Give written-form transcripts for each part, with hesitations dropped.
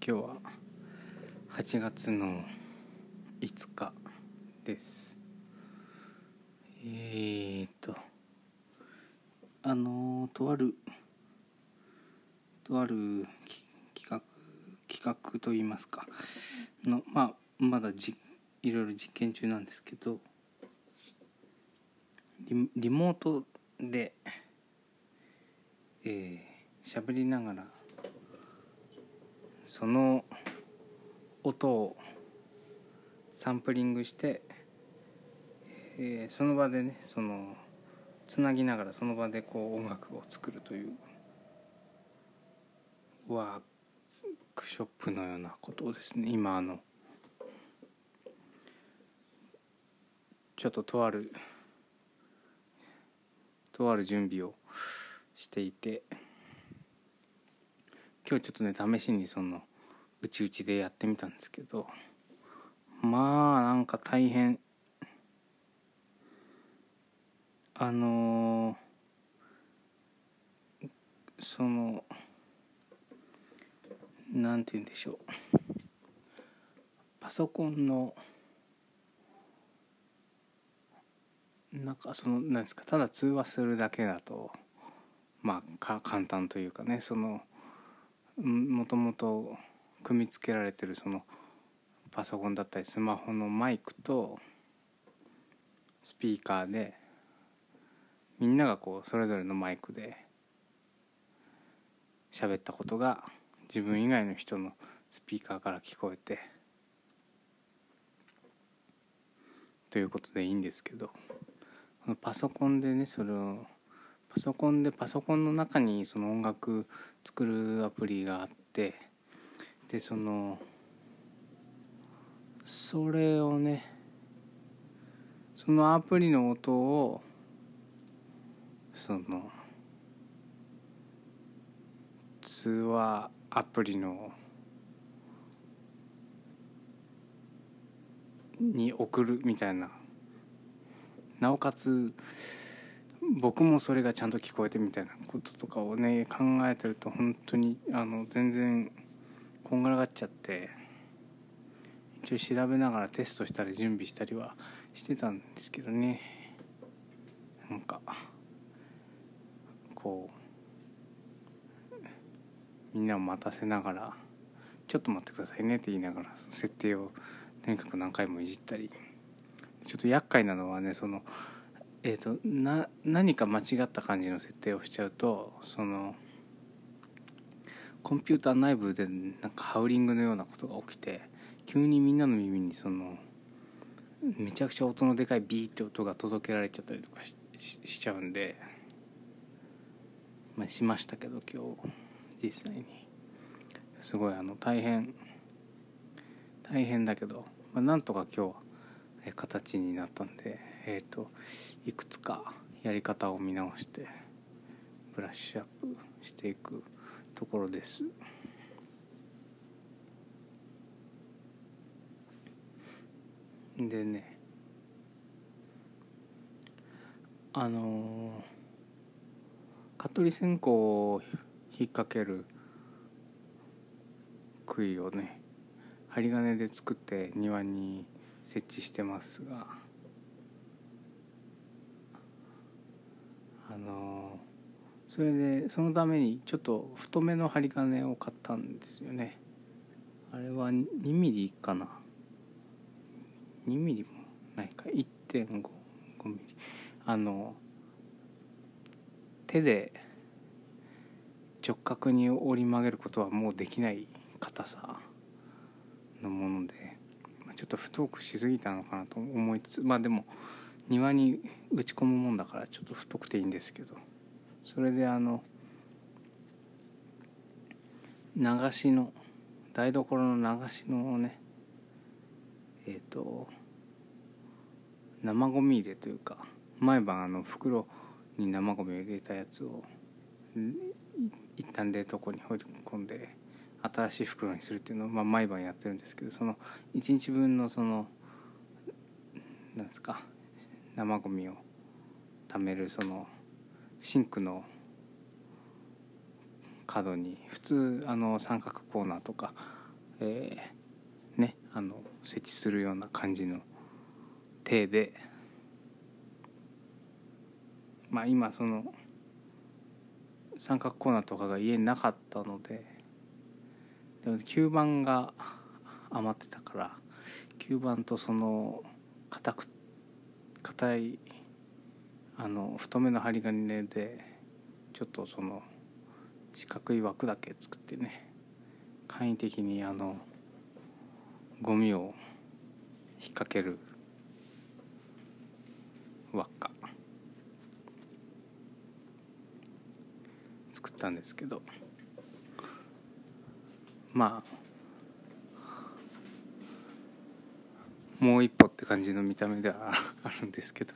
今日は8月の5日です。とある企画といいますかの、まだいろいろ実験中なんですけど、リモートで喋りながらその音をサンプリングして、その場でねつなぎながらその場で音楽を作るというワークショップのようなことをですね、今ちょっととある準備をしていて、今日ちょっとね試しにうちでやってみたんですけど、なんか大変なんて言うんでしょう、パソコンのなんですか、ただ通話するだけだと簡単というかね、もともと組み付けられてるパソコンだったりスマホのマイクとスピーカーで、みんながそれぞれのマイクで喋ったことが自分以外の人のスピーカーから聞こえてということでいいんですけど、パソコンでね、パソコンの中に音楽作るアプリがあって、でそれをね、そのアプリの音を通話アプリに送るみたいな、なおかつ僕もそれがちゃんと聞こえてみたいなこととかをね考えてると、本当に全然こんがらがっちゃって、一応調べながらテストしたり準備したりはしてたんですけどね、なんかみんなを待たせながら、ちょっと待ってくださいねって言いながら設定をとにかく何回もいじったり、ちょっと厄介なのはね、何か間違った感じの設定をしちゃうと、コンピューター内部でなんかハウリングのようなことが起きて、急にみんなの耳にめちゃくちゃ音のでかいビーって音が届けられちゃったりとか しちゃうんで、しましたけど、今日実際にすごい大変だけど、なんとか今日は形になったんで、いくつかやり方を見直してブラッシュアップしていくところです。でね、蚊取り線香を引っ掛ける杭をね、針金で作って庭に設置してますが、それでそのためにちょっと太めの針金を買ったんですよね。あれは2ミリかな、2ミリもないか、 1.5 ミリ、手で直角に折り曲げることはもうできない硬さのもので、ちょっと太くしすぎたのかなと思いつつ、でも庭に打ち込むもんだからちょっと太くていいんですけど、それで台所の流しのね、生ゴミ入れというか、毎晩袋に生ゴミを入れたやつを一旦冷凍庫に放り込んで新しい袋にするっていうのを毎晩やってるんですけど、その1日分のなんですか、生ゴミを貯めるシンクの角に、普通三角コーナーとか設置するような感じの体で、今その三角コーナーとかが家になかったので、でも吸盤が余ってたから、吸盤とその硬い太めの針金でちょっとその四角い枠だけ作ってね、簡易的にゴミを引っ掛ける輪っか作ったんですけど、もう一歩って感じの見た目ではあるんですけど、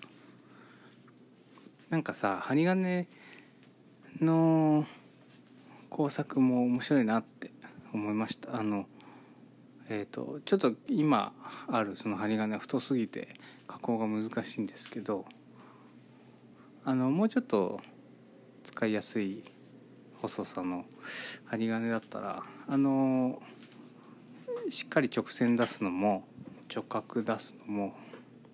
なんかさ、針金の工作も面白いなって思いました。ちょっと今あるその針金は太すぎて加工が難しいんですけど、もうちょっと使いやすい細さの針金だったらしっかり直線出すのも直角出すのも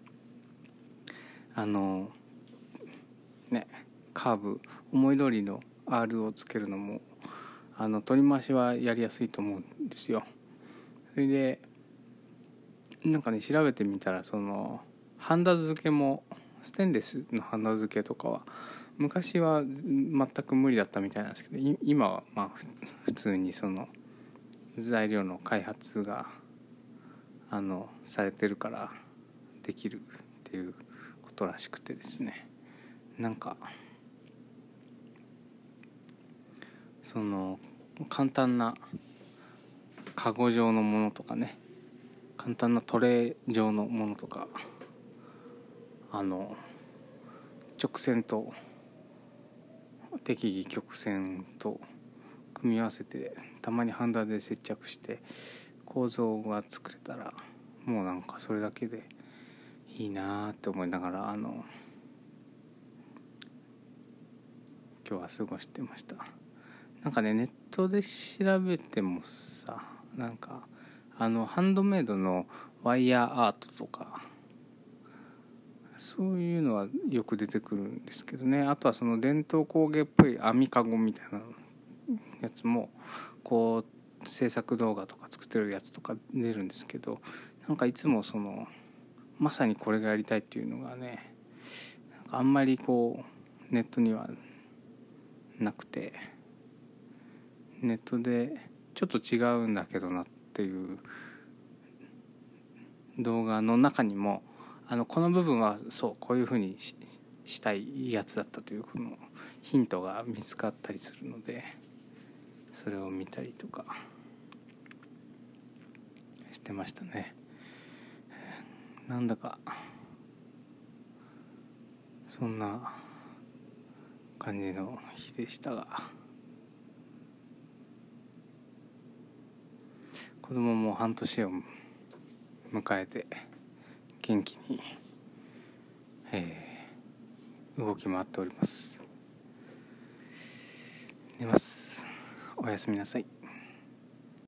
カーブ思い通りの R をつけるのも取り回しはやりやすいと思うんですよ。それでなんかね、調べてみたらそのハンダ付けもステンレスのハンダ付けとかは昔は全く無理だったみたいなんですけど、今は普通にその材料の開発がされてるからできるっていうことらしくてですね、なんかその簡単なカゴ状のものとかね、簡単なトレー状のものとか直線と適宜曲線と組み合わせて、たまにハンダで接着して構造が作れたら、もうなんかそれだけでいいなって思いながら今日は過ごしてました。なんかね、ネットで調べてもさ、なんかハンドメイドのワイヤーアートとかそういうのはよく出てくるんですけどね。あとはその伝統工芸っぽい網かごみたいなやつもこう制作動画とか作ってるやつとか出るんですけど、なんかいつもそのまさにこれがやりたいっていうのがね、なんかあんまりこうネットにはなくて、ネットでちょっと違うんだけどなっていう動画の中にもこの部分はそうこういうふうにしたいやつだったというこのヒントが見つかったりするので、それを見たりとかしてましたね。なんだかそんな感じの日でしたが、子供も半年を迎えて元気に、動き回っております。寝ます。おやすみなさい。